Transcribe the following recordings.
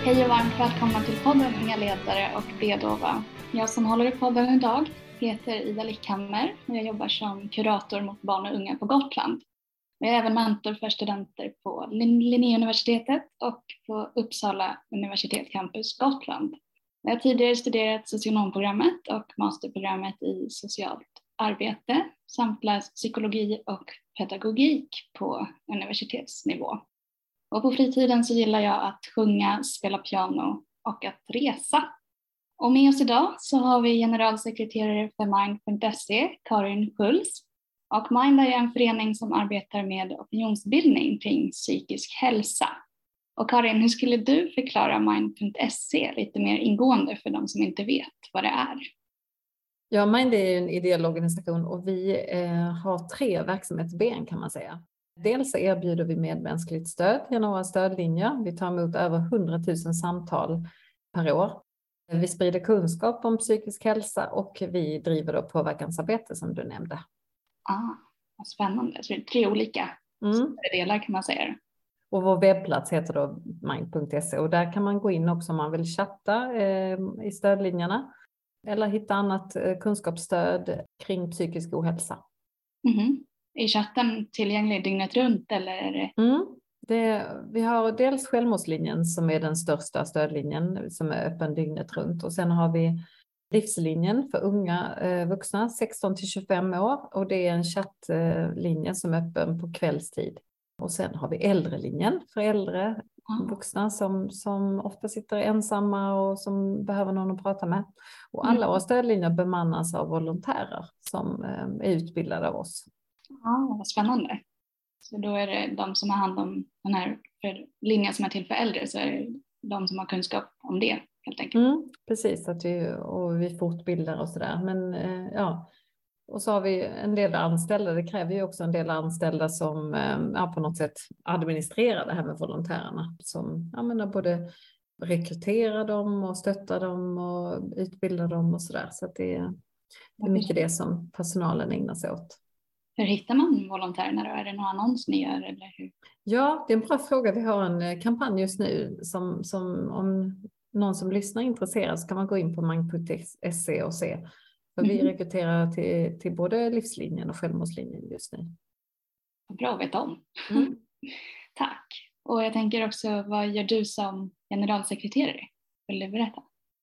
Hej och varmt välkomna till podden Unga ledare och Bedova. Jag som håller i podden idag heter Ida Lickhammer och jag jobbar som kurator mot barn och unga på Gotland. Jag är även mentor för studenter på Linnéuniversitetet och på Uppsala universitet campus Gotland. Jag har tidigare studerat socionomprogrammet och masterprogrammet i socialt arbete samt läst psykologi och pedagogik på universitetsnivå. Och på fritiden så gillar jag att sjunga, spela piano och att resa. Och med oss idag så har vi generalsekreterare för Mind.se, Karin Schultz. Och Mind är en förening som arbetar med opinionsbildning kring psykisk hälsa. Och Karin, hur skulle du förklara Mind.se lite mer ingående för de som inte vet vad det är? Ja, Mind är en ideell organisation och vi har 3 verksamhetsben kan man säga. Dels erbjuder vi medmänskligt stöd genom våra stödlinjer. Vi tar emot över 100 000 samtal per år. Vi sprider kunskap om psykisk hälsa och vi driver då påverkansarbete som du nämnde. Vad spännande. Så det är 3 olika delar kan man säga. Och vår webbplats heter då mind.se och där kan man gå in också om man vill chatta i stödlinjerna eller hitta annat kunskapsstöd kring psykisk ohälsa. Mm-hmm. Är chatten tillgänglig dygnet runt eller är det? Vi har dels självmordslinjen som är den största stödlinjen som är öppen dygnet runt. Och sen har vi livslinjen för unga vuxna 16-25 år. Och det är en chattlinje som är öppen på kvällstid. Och sen har vi äldrelinjen för äldre vuxna som ofta sitter ensamma och som behöver någon att prata med. Och alla våra stödlinjer bemannas av volontärer som är utbildade av oss. Vad spännande. Så då är det de som har hand om den här linjen som är till för äldre, så är det de som har kunskap om det helt enkelt. Precis, vi fortbildar och sådär. Men och så har vi en del anställda. Det kräver ju också en del anställda som på något sätt administrerar det här med volontärerna. Som både rekryterar dem och stöttar dem och utbildar dem och sådär. Så att det är mycket det som personalen ägnar sig åt. Hur hittar man volontärerna då? Är det någon annons ni gör eller hur? Ja, det är en bra fråga. Vi har en kampanj just nu som om någon som lyssnar är intresserad så kan man gå in på mind.se och se. För vi rekryterar till både livslinjen och självmordslinjen just nu. Bra att veta om. Tack. Och jag tänker också, vad gör du som generalsekreterare? Vill du berätta?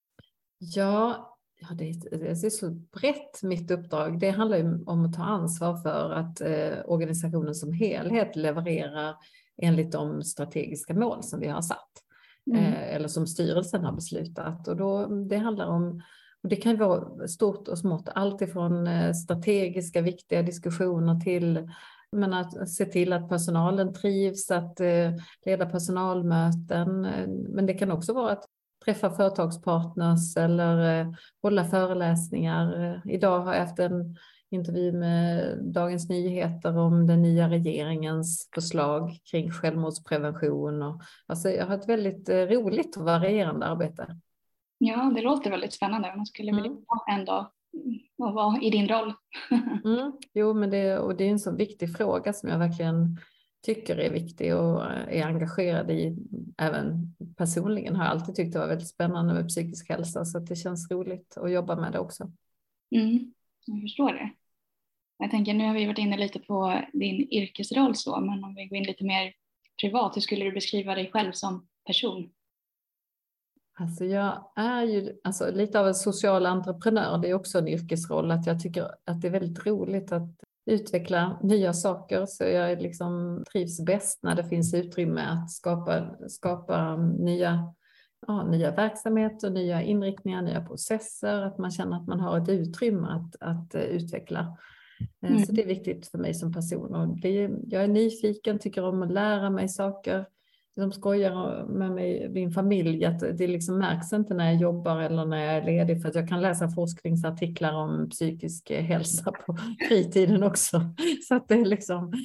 Ja, det är så brett mitt uppdrag. Det handlar ju om att ta ansvar för att organisationen som helhet levererar enligt de strategiska mål som vi har satt. Eller som styrelsen har beslutat. Och då, det handlar om, och det kan ju vara stort och smått, allt ifrån strategiska viktiga diskussioner till att se till att personalen trivs, att leda personalmöten. Men det kan också vara att träffa företagspartners eller hålla föreläsningar. Idag har jag haft en intervju med Dagens Nyheter om den nya regeringens förslag kring självmordsprevention. Jag har ett väldigt roligt och varierande arbete. Ja, det låter väldigt spännande. Man skulle vilja ha en dag och vara i din roll. Jo, men det är en så viktig fråga som jag verkligen tycker är viktig och är engagerad i. Även personligen har jag alltid tyckt det var väldigt spännande med psykisk hälsa, så att det känns roligt att jobba med det också. Jag förstår det. Jag tänker, nu har vi varit inne lite på din yrkesroll så, men om vi går in lite mer privat, hur skulle du beskriva dig själv som person? Alltså jag är ju lite av en social entreprenör. Det är också en yrkesroll att jag tycker att det är väldigt roligt att utveckla nya saker. Så jag trivs bäst när det finns utrymme att skapa nya verksamheter, nya inriktningar, nya processer. Att man känner att man har ett utrymme att utveckla. Så det är viktigt för mig som person. Och jag är nyfiken, tycker om att lära mig saker. De skojar med mig, min familj, att det märks inte när jag jobbar eller när jag är ledig, för att jag kan läsa forskningsartiklar om psykisk hälsa på fritiden också. Så att det är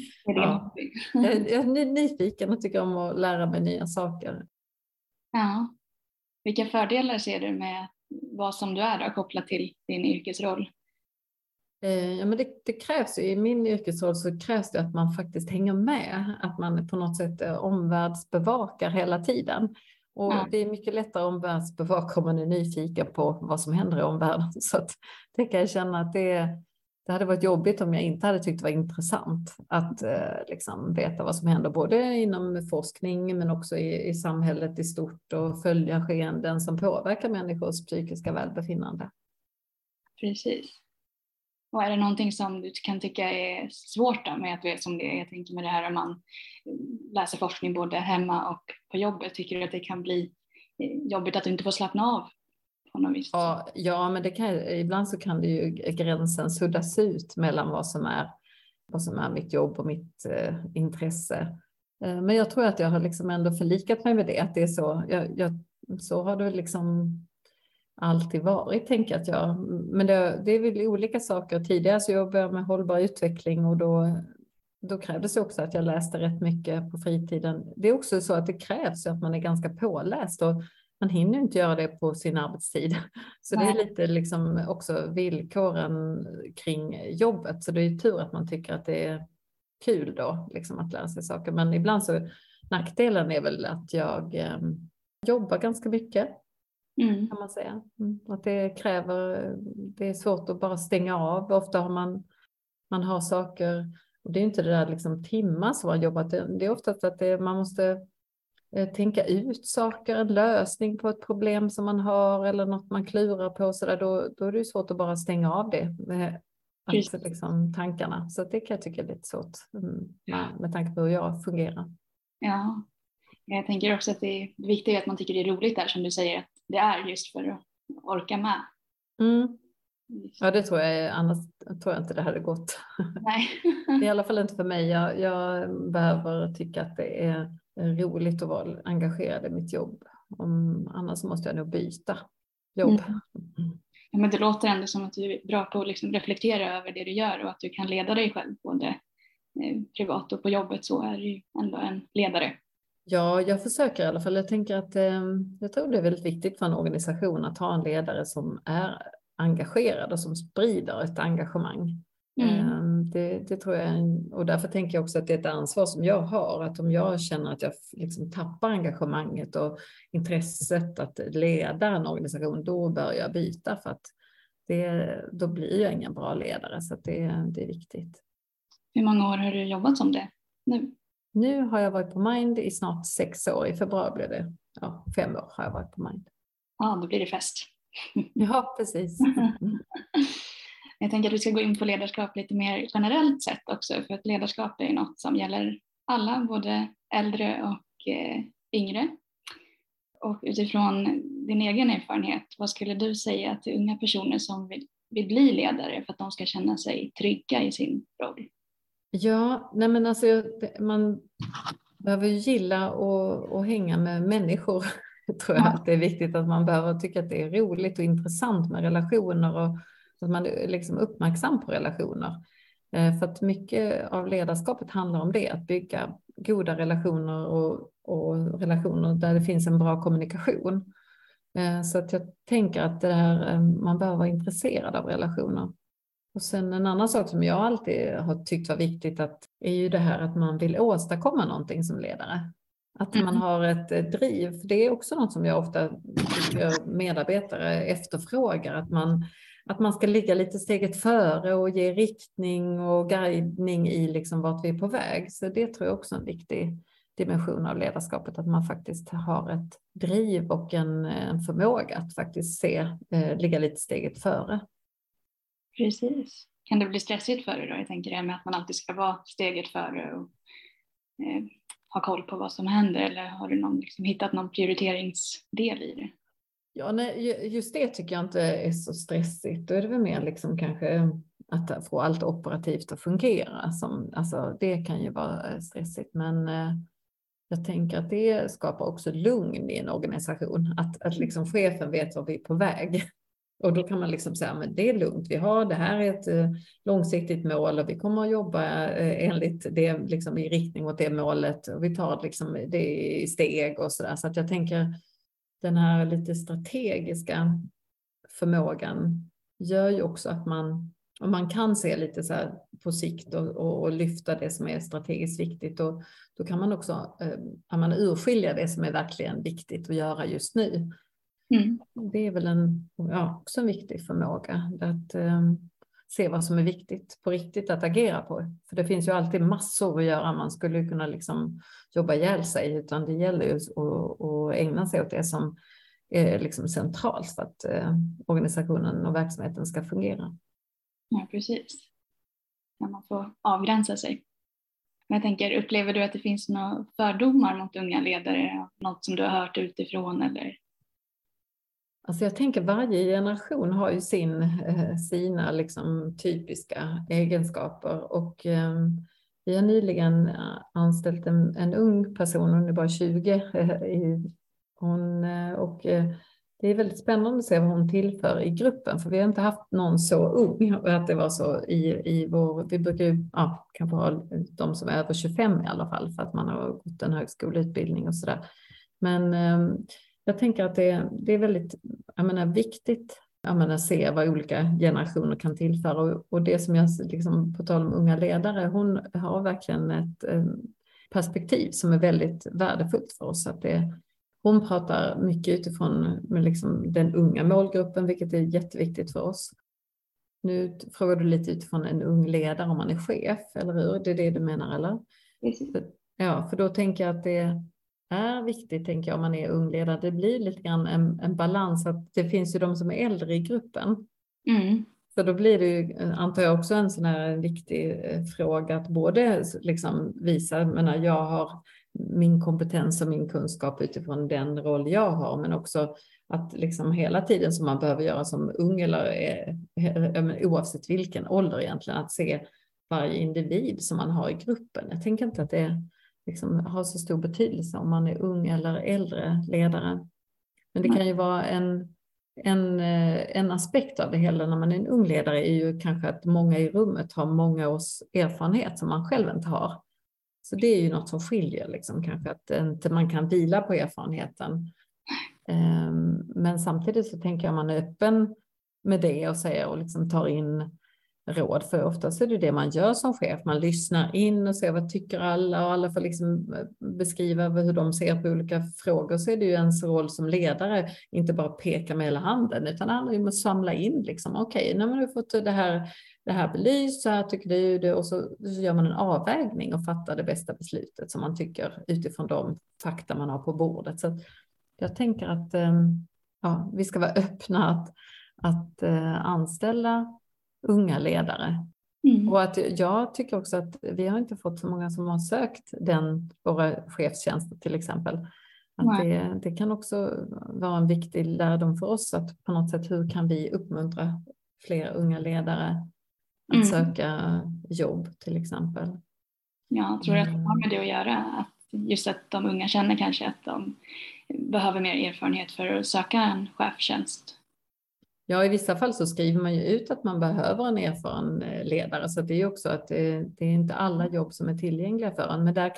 jag är nyfiken och tycker om att lära mig nya saker. Ja. Vilka fördelar ser du med vad som du är då, kopplat till din yrkesroll? Ja, men det krävs ju, i min yrkesroll så krävs det att man faktiskt hänger med, att man på något sätt omvärldsbevakar hela tiden. Och Ja. det är mycket lättare omvärldsbevaka om man är nyfiken på vad som händer i omvärlden. Så att det kan jag känna att det hade varit jobbigt om jag inte hade tyckt det var intressant att liksom veta vad som händer både inom forskning men också i samhället i stort och följa skeenden som påverkar människors psykiska välbefinnande. Precis. Och är det någonting som du kan tycka är svårt då med att veta som det är? Jag tänker med det här om man läser forskning både hemma och på jobbet. Tycker du att det kan bli jobbigt att du inte får slappna av på något vis? Ja, men ibland så kan det ju gränsen suddas ut mellan vad som är mitt jobb och mitt intresse. Men jag tror att jag har liksom ändå förlikat mig med det, att det är så. Så har det liksom alltid varit, tänker jag att jag. Men det är väl olika saker. Tidigare så jobbade jag med hållbar utveckling och då krävdes det också att jag läste rätt mycket på fritiden. Det är också så att det krävs att man är ganska påläst och man hinner inte göra det på sin arbetstid. Så det är lite liksom också villkoren kring jobbet. Så det är ju tur att man tycker att det är kul då, liksom att lära sig saker. Men ibland så, nackdelen är väl att jag jobbar ganska mycket. Kan man säga. Att det är svårt att bara stänga av. Ofta har man har saker, och det är inte det där liksom timmar som man jobbat. Det är ofta att man måste tänka ut saker, en lösning på ett problem som man har eller något man klurar på. Så där, då är det svårt att bara stänga av det med liksom, tankarna. Så det kan jag tycka är lite svårt med tanke på hur jag fungerar. Ja, jag tänker också att det viktiga är att man tycker det är roligt där, som du säger, att det är just för att orka med. Ja, det tror jag. Annars tror jag inte det hade gått. Nej. I alla fall inte för mig. Jag behöver tycka att det är roligt att vara engagerad i mitt jobb. Annars måste jag nog byta jobb. Ja, men det låter ändå som att du är bra på att liksom reflektera över det du gör och att du kan leda dig själv både privat och på jobbet, så är du ändå en ledare. Ja, jag försöker i alla fall. Jag tänker att jag tror det är väldigt viktigt för en organisation att ha en ledare som är engagerad och som sprider ett engagemang. Det tror jag, och därför tänker jag också att det är ett ansvar som jag har, att om jag känner att jag liksom tappar engagemanget och intresset att leda en organisation, då bör jag byta, för att då blir jag ingen bra ledare, så att det är viktigt. Hur många år har du jobbat som det nu? Nu har jag varit på Mind i snart 6 år. I februari blev det 5 år har jag varit på Mind. Ja, då blir det fest. Ja, precis. Jag tänker att vi ska gå in på ledarskap lite mer generellt sett också, för att ledarskap är något som gäller alla, både äldre och yngre. Och utifrån din egen erfarenhet, vad skulle du säga till unga personer som vill bli ledare för att de ska känna sig trygga i sin roll? Ja, nej men alltså man behöver ju gilla och hänga med människor. Jag tror att det är viktigt att man behöver tycka att det är roligt och intressant med relationer och att man är liksom uppmärksam på relationer. För att mycket av ledarskapet handlar om det, att bygga goda relationer och relationer där det finns en bra kommunikation. Så att jag tänker att man behöver vara intresserad av relationer. Och sen en annan sak som jag alltid har tyckt var viktigt är ju det här att man vill åstadkomma någonting som ledare. Att man har ett driv. För det är också något som jag ofta tycker medarbetare efterfrågar. Att man ska ligga lite steget före och ge riktning och guidning i liksom vart vi är på väg. Så det tror jag också är en viktig dimension av ledarskapet. Att man faktiskt har ett driv och en förmåga att faktiskt ligga lite steget före. Precis. Kan det bli stressigt för dig då? Jag tänker det med att man alltid ska vara steget före och ha koll på vad som händer. Eller har du hittat någon prioriteringsdel i det? Ja, nej, just det tycker jag inte är så stressigt. Då är det väl mer liksom kanske att få allt operativt att fungera. Alltså, det kan ju vara stressigt. Men jag tänker att det skapar också lugn i en organisation. Att liksom chefen vet var vi är på väg. Och då kan man liksom säga, men det är lugnt, det här är ett långsiktigt mål och vi kommer att jobba enligt det, liksom i riktning mot det målet. Och vi tar liksom det i steg och sådär. Så att jag tänker, den här lite strategiska förmågan gör ju också att man Och man kan se lite så här på sikt och lyfta det som är strategiskt viktigt. Och då kan man också urskilja det som är verkligen viktigt att göra just nu. Mm. Det är väl också en viktig förmåga att se vad som är viktigt på riktigt att agera på. För det finns ju alltid massor att göra. Man skulle ju kunna liksom jobba ihjäl sig, utan det gäller ju att ägna sig åt det som är liksom centralt för att organisationen och verksamheten ska fungera. Ja, precis. När man får avgränsa sig. Men jag tänker, upplever du att det finns några fördomar mot unga ledare? Något som du har hört utifrån eller? Alltså jag tänker varje generation har ju sina liksom typiska egenskaper, och vi har nyligen anställt en ung person, hon är bara 20, det är väldigt spännande att se vad hon tillför i gruppen, för vi har inte haft någon så ung, att det var så i vår, vi brukar ju kanske ha de som är över 25 i alla fall, för att man har gått en högskoleutbildning och sådär. Men jag tänker att det är väldigt viktigt att se vad olika generationer kan tillföra. Och det som jag liksom, på tal om unga ledare, hon har verkligen ett perspektiv som är väldigt värdefullt för oss. Att hon pratar mycket utifrån liksom den unga målgruppen, vilket är jätteviktigt för oss. Nu frågar du lite utifrån en ung ledare om man är chef, eller hur? Det är det du menar, eller? Precis. Ja, för då tänker jag att det är viktigt, tänker jag, om man är ung ledare. Det blir lite grann en balans, att det finns ju de som är äldre i gruppen. Mm. Så då blir det ju, antar jag, också en sån här viktig fråga att både liksom visa, jag har min kompetens och min kunskap utifrån den roll jag har, men också att liksom hela tiden som man behöver göra som ung, eller oavsett vilken ålder egentligen, att se varje individ som man har i gruppen. Jag tänker inte att det liksom har så stor betydelse om man är ung eller äldre ledare. Men det kan ju vara en aspekt av det hela när man är en ung ledare, är ju kanske att många i rummet har många års erfarenhet som man själv inte har. Så det är ju något som skiljer, liksom, kanske att inte man kan vila på erfarenheten. Men samtidigt så tänker jag man är öppen med det och säger och liksom tar in råd, för oftast är det det man gör som chef. Man lyssnar in och ser vad tycker alla, och alla får liksom beskriva hur de ser på olika frågor. Så är det ju ens roll som ledare, inte bara peka med hela handen, utan det handlar ju om att samla in liksom, okej, när man har fått det här belyst, så här tycker du det, och så gör man en avvägning och fattar det bästa beslutet som man tycker utifrån de fakta man har på bordet. Så jag tänker att vi ska vara öppna att anställa unga ledare. Mm. Och att jag tycker också att vi har inte fått så många som har sökt våra chefstjänster till exempel. Att det kan också vara en viktig lärdom för oss, att på något sätt, hur kan vi uppmuntra fler unga ledare att söka jobb till exempel. Ja, jag tror att det har med det att göra. Att just att de unga känner kanske att de behöver mer erfarenhet för att söka en chefstjänst. Ja, i vissa fall så skriver man ju ut att man behöver en erfaren ledare. Så det är ju också att det är inte alla jobb som är tillgängliga för en. Men där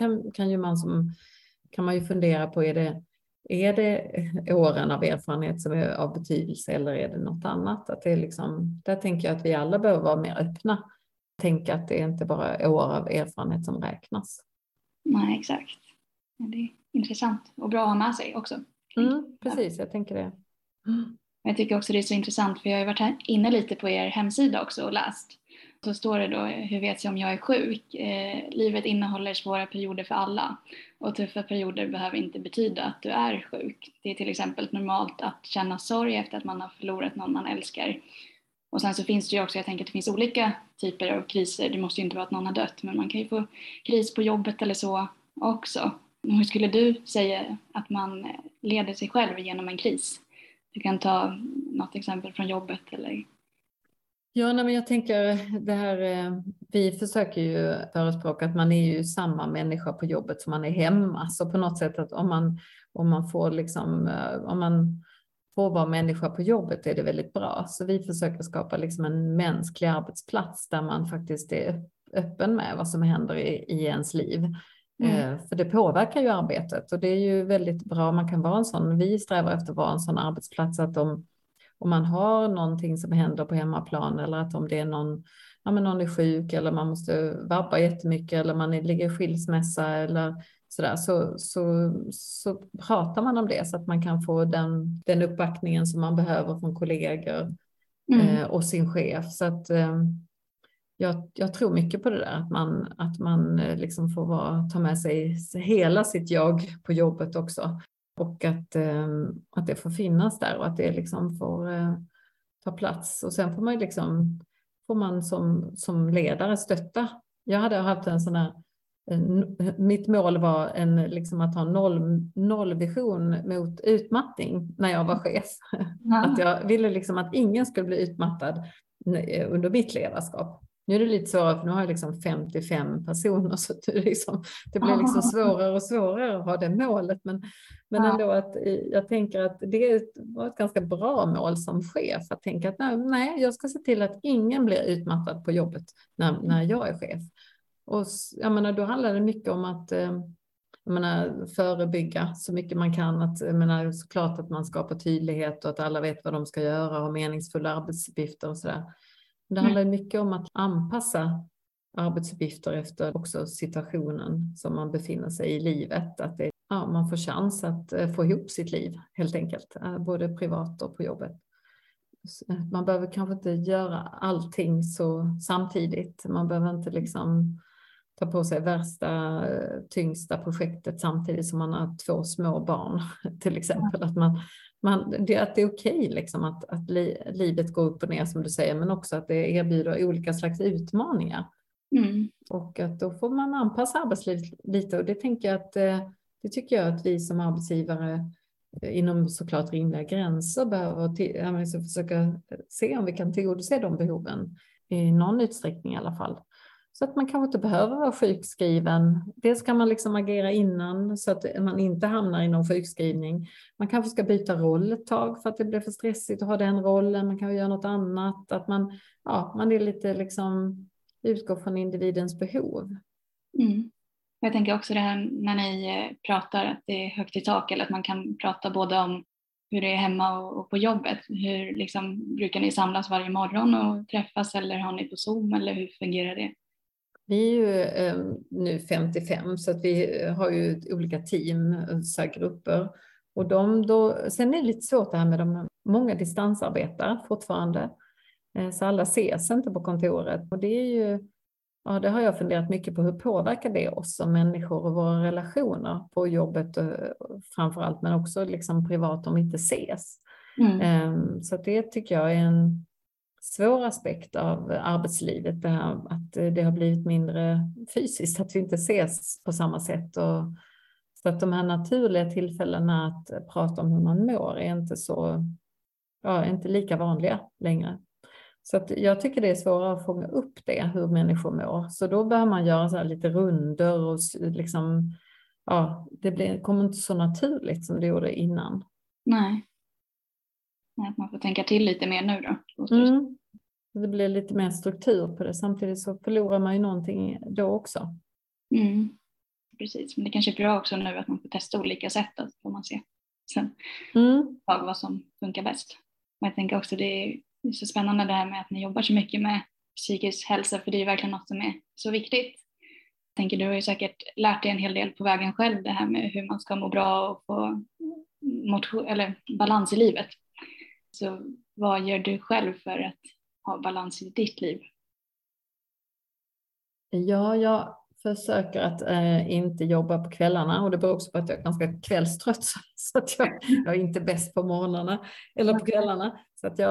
kan man ju fundera på, är det åren av erfarenhet som är av betydelse, eller är det något annat? Att det är liksom, där tänker jag att vi alla behöver vara mer öppna. Tänka att det är inte bara år av erfarenhet som räknas. Nej, exakt. Det är intressant och bra att ha med sig också. Precis, jag tänker det. Jag tycker också det är så intressant, för jag har ju varit här inne lite på er hemsida också och läst. Så står det då, hur vet jag om jag är sjuk? Livet innehåller svåra perioder för alla. Och tuffa perioder behöver inte betyda att du är sjuk. Det är till exempel normalt att känna sorg efter att man har förlorat någon man älskar. Och sen så finns det ju också, jag tänker att det finns olika typer av kriser. Det måste ju inte vara att någon har dött, men man kan ju få kris på jobbet eller så också. Hur skulle du säga att man leder sig själv genom en kris? Du kan ta något exempel från jobbet eller... Ja, men jag tänker det här, vi försöker ju förespråka att man är ju samma människa på jobbet som man är hemma. Så på något sätt att om man får vara människa på jobbet är det väldigt bra. Så vi försöker skapa liksom en mänsklig arbetsplats där man faktiskt är öppen med vad som händer i ens liv. För det påverkar ju arbetet, och det är ju väldigt bra. Man kan vara en sån, vi strävar efter att vara en sån arbetsplats att om man har någonting som händer på hemmaplan, eller att om det är någon är sjuk, eller man måste vabba jättemycket, eller man ligger i skilsmässa eller sådär, så pratar man om det så att man kan få den uppbackningen som man behöver från kollegor och sin chef. Så att jag tror mycket på det där, att man liksom får ta med sig hela sitt jag på jobbet också, och att det får finnas där, och att det liksom får ta plats. Och sen får man som ledare stötta. Jag hade haft en sån här, mitt mål var att ha nollvision mot utmattning när jag var chef. Ja. Att jag ville att ingen skulle bli utmattad under mitt ledarskap. Nu är det lite svårare, för nu har jag 55 personer, så det blir svårare och svårare att ha det målet. Men ändå att jag tänker att det var ett ganska bra mål som chef. Att tänka att nej, jag ska se till att ingen blir utmattad på jobbet när jag är chef. Och jag menar, då handlar det mycket om att förebygga så mycket man kan. Såklart att man skapar tydlighet och att alla vet vad de ska göra och meningsfulla arbetsuppgifter och sådär. Det handlar mycket om att anpassa arbetsuppgifter efter också situationen som man befinner sig i livet. Att man får chans att få ihop sitt liv helt enkelt, både privat och på jobbet. Man behöver kanske inte göra allting så samtidigt. Man behöver inte ta på sig värsta, tyngsta projektet samtidigt som man har 2 små barn till exempel. Att det är okej att livet går upp och ner som du säger, men också att det erbjuder olika slags utmaningar. Och att då får man anpassa arbetslivet lite, och det tycker jag att vi som arbetsgivare inom såklart rimliga gränser behöver försöka se om vi kan tillgodose de behoven i någon utsträckning i alla fall. Så att man kanske inte behöver vara sjukskriven. Dels kan man agera innan så att man inte hamnar i någon sjukskrivning. Man kanske ska byta roll ett tag för att det blir för stressigt att ha den rollen. Man kan göra något annat. Att man är lite utgår från individens behov. Jag tänker också det här när ni pratar att det är högt i tak, eller att man kan prata både om hur det är hemma och på jobbet. Hur brukar ni samlas varje morgon och träffas, eller har ni på Zoom, eller hur fungerar det? Vi är ju nu 55, så att vi har ju olika team, så grupper. Och sen är det lite svårt det här med många distansarbetar fortfarande. Så alla ses inte på kontoret. Och det är ju, det har jag funderat mycket på. Hur påverkar det oss som människor och våra relationer på jobbet framförallt, men också privat om vi inte ses. Så det tycker jag är en svår aspekt av arbetslivet, det här att det har blivit mindre fysiskt, att vi inte ses på samma sätt, och så att de här naturliga tillfällena att prata om hur man mår är inte lika vanliga längre. Så att jag tycker det är svårare att fånga upp det, hur människor mår. Så då behöver man göra så här lite runder och det kommer inte så naturligt som det gjorde innan. Nej. Att man får tänka till lite mer nu då. Det blir lite mer struktur på det. Samtidigt så förlorar man ju någonting då också. Precis, men det kanske är bra också nu att man får testa olika sätt, att får man se sen vad som funkar bäst. Men jag tänker också det är så spännande det här med att ni jobbar så mycket med psykisk hälsa, för det är verkligen något som är så viktigt. Jag tänker du har ju säkert lärt dig en hel del på vägen själv, det här med hur man ska må bra och få balans i livet. Så vad gör du själv för att ha balans i ditt liv? Ja, jag försöker att inte jobba på kvällarna, och det beror också på att jag är ganska kvällstrött, så att jag är inte bäst på morgnarna eller på kvällarna. Så att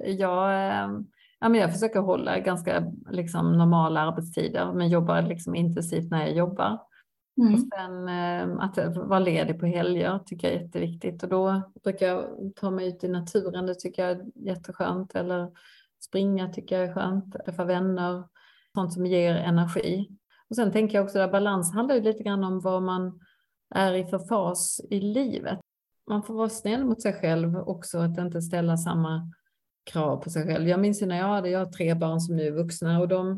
jag försöker hålla ganska normala arbetstider, men jobbar intensivt när jag jobbar. Och sen att vara ledig på helger tycker jag är jätteviktigt, och då brukar jag ta mig ut i naturen, det tycker jag är jätteskönt, eller springa tycker jag är skönt, träffa vänner, sånt som ger energi. Och sen tänker jag också att balans handlar ju lite grann om vad man är i för fas i livet. Man får vara snäll mot sig själv också, att inte ställa samma krav på sig själv. Jag minns ju när jag har 3 barn som nu är vuxna, och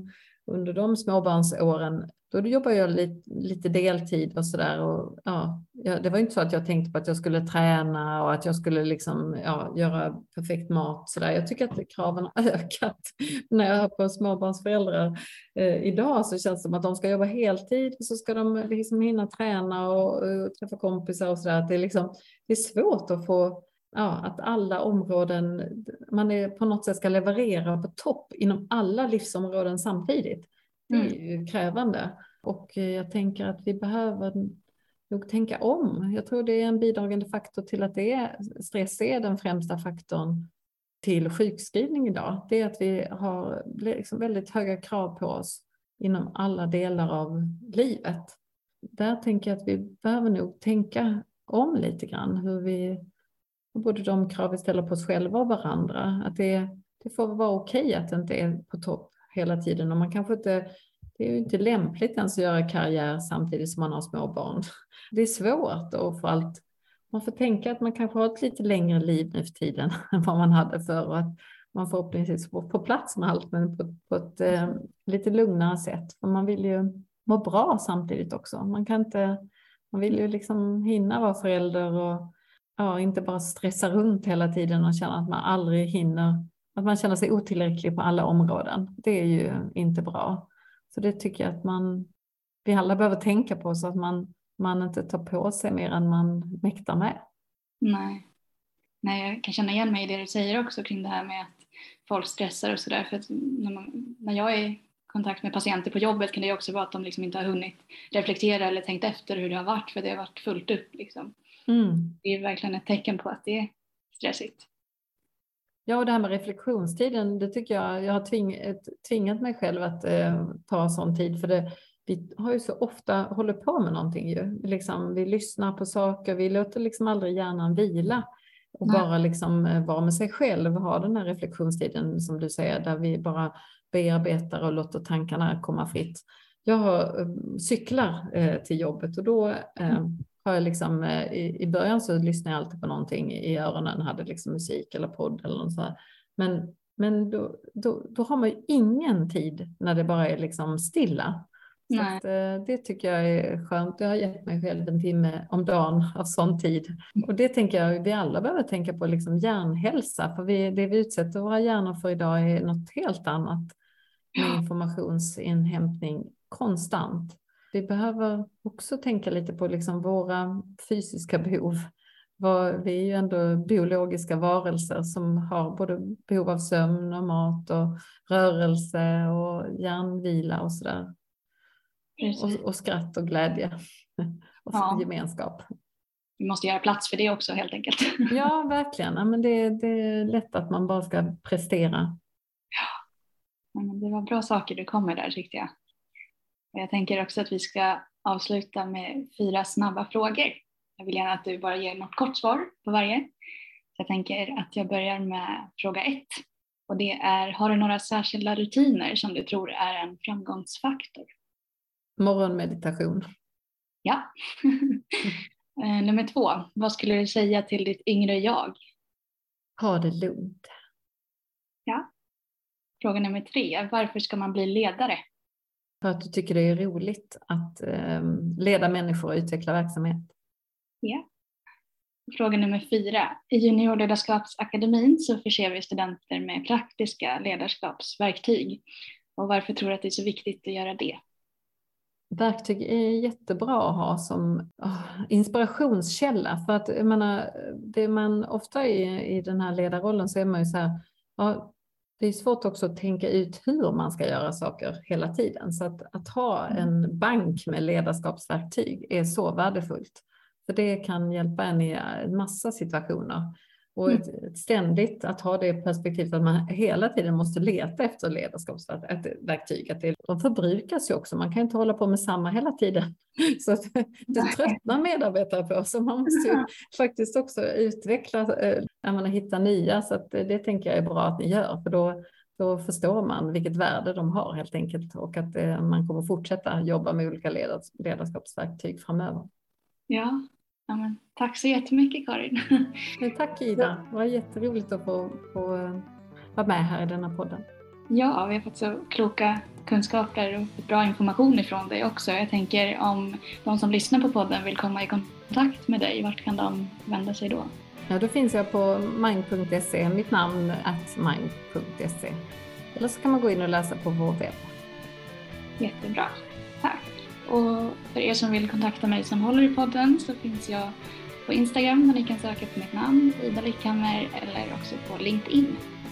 under de småbarnsåren, då jobbar jag lite deltid och sådär. Och det var inte så att jag tänkte på att jag skulle träna och att jag skulle liksom, göra perfekt mat. Så där. Jag tycker att kraven har ökat när jag hör på småbarnsföräldrar. Idag så känns det som att de ska jobba heltid och så ska de liksom hinna träna och träffa kompisar och sådär. Det är svårt att få... att alla områden, man är på något sätt ska leverera på topp inom alla livsområden samtidigt. Det är ju krävande. Och jag tänker att vi behöver nog tänka om. Jag tror det är en bidragande faktor till att stress är den främsta faktorn till sjukskrivning idag. Det är att vi har liksom väldigt höga krav på oss inom alla delar av livet. Där tänker jag att vi behöver nog tänka om lite grann hur vi... både de krav vi ställer på oss själva och varandra. Att det får vara okej att det inte är på topp hela tiden. Och man kanske inte, det är ju inte lämpligt ens att göra karriär samtidigt som man har små barn. Det är svårt att få allt. Man får tänka att man kanske har ett lite längre liv nu för tiden än vad man hade förr. Och att man förhoppningsvis får på plats med allt, men på ett lite lugnare sätt. För man vill ju må bra samtidigt också. Man vill ju liksom hinna vara förälder och inte bara stressa runt hela tiden och känna att man aldrig hinner, att man känner sig otillräcklig på alla områden. Det är ju inte bra. Så det tycker jag att vi alla behöver tänka på, så att man inte tar på sig mer än man mäktar med. Nej, jag kan känna igen mig i det du säger också kring det här med att folk stressar och sådär. För att när jag är i kontakt med patienter på jobbet kan det också vara att de liksom inte har hunnit reflektera eller tänkt efter hur det har varit, för det har varit fullt upp liksom. Det är verkligen ett tecken på att det är stressigt. Ja, och det här med reflektionstiden, det tycker jag har tvingat mig själv att ta sån tid. För vi har ju så ofta hållit på med någonting ju. Vi lyssnar på saker, vi låter liksom aldrig hjärnan vila. Och bara liksom vara med sig själv, ha den här reflektionstiden som du säger, där vi bara bearbetar och låter tankarna komma fritt. Jag cyklar till jobbet och då... har jag liksom, i början så lyssnade jag alltid på någonting i öronen, hade liksom musik eller podd eller något sådär. Men då har man ju ingen tid när det bara är liksom stilla. Så att, det tycker jag är skönt. Jag har gett mig själv en timme om dagen av sån tid. Och det tänker jag vi alla behöver tänka på, liksom hjärnhälsa. För det vi utsätter våra hjärnor för idag är något helt annat med informationsinhämtning konstant. Vi behöver också tänka lite på liksom våra fysiska behov. Vi är ju ändå biologiska varelser som har både behov av sömn och mat och rörelse och hjärnvila och sådär. Och skratt och glädje och gemenskap. Vi måste göra plats för det också helt enkelt. Ja, verkligen. Ja, men det är lätt att man bara ska prestera. Ja, men det var bra saker du kom med där, tyckte jag. Jag tänker också att vi ska avsluta med 4 snabba frågor. Jag vill gärna att du bara ger något kort svar på varje. Så jag tänker att jag börjar med fråga 1. Och det är, har du några särskilda rutiner som du tror är en framgångsfaktor? Morgonmeditation. Ja. Nummer 2. Vad skulle du säga till ditt yngre jag? Ha det lugnt. Ja. Fråga nummer 3. Varför ska man bli ledare? För att du tycker det är roligt att leda människor och utveckla verksamhet. Ja. Fråga nummer 4. I Juniorledarskapsakademin så förser vi studenter med praktiska ledarskapsverktyg. Och varför tror du att det är så viktigt att göra det? Verktyg är jättebra att ha som inspirationskälla. För att jag menar, det man ofta i den här ledarrollen så är man ju så här... Det är svårt också att tänka ut hur man ska göra saker hela tiden. Så att ha en bank med ledarskapsverktyg är så värdefullt. För det kan hjälpa en i en massa situationer. Och ett ständigt att ha det perspektivet att man hela tiden måste leta efter ledarskapsverktyg. Att de förbrukas ju också. Man kan inte hålla på med samma hela tiden. Så att det tröttnar medarbetare på. Så man måste ju faktiskt också utveckla, hitta nya. Så att det tänker jag är bra att ni gör. För då förstår man vilket värde de har helt enkelt. Och att man kommer fortsätta jobba med olika ledarskapsverktyg framöver. Ja. Ja, men tack så jättemycket, Karin. Tack, Ida. Det var jätteroligt att få vara med här i denna podden. Ja, vi har fått så kloka kunskaper och bra information ifrån dig också. Jag tänker om de som lyssnar på podden vill komma i kontakt med dig, vart kan de vända sig då? Ja, då finns jag på mind.se, mitt namn @mind.se. Eller så kan man gå in och läsa på vår webb. Jättebra, tack. Och för er som vill kontakta mig som håller i podden så finns jag på Instagram där ni kan söka på mitt namn, Ida Lickhammer, eller också på LinkedIn.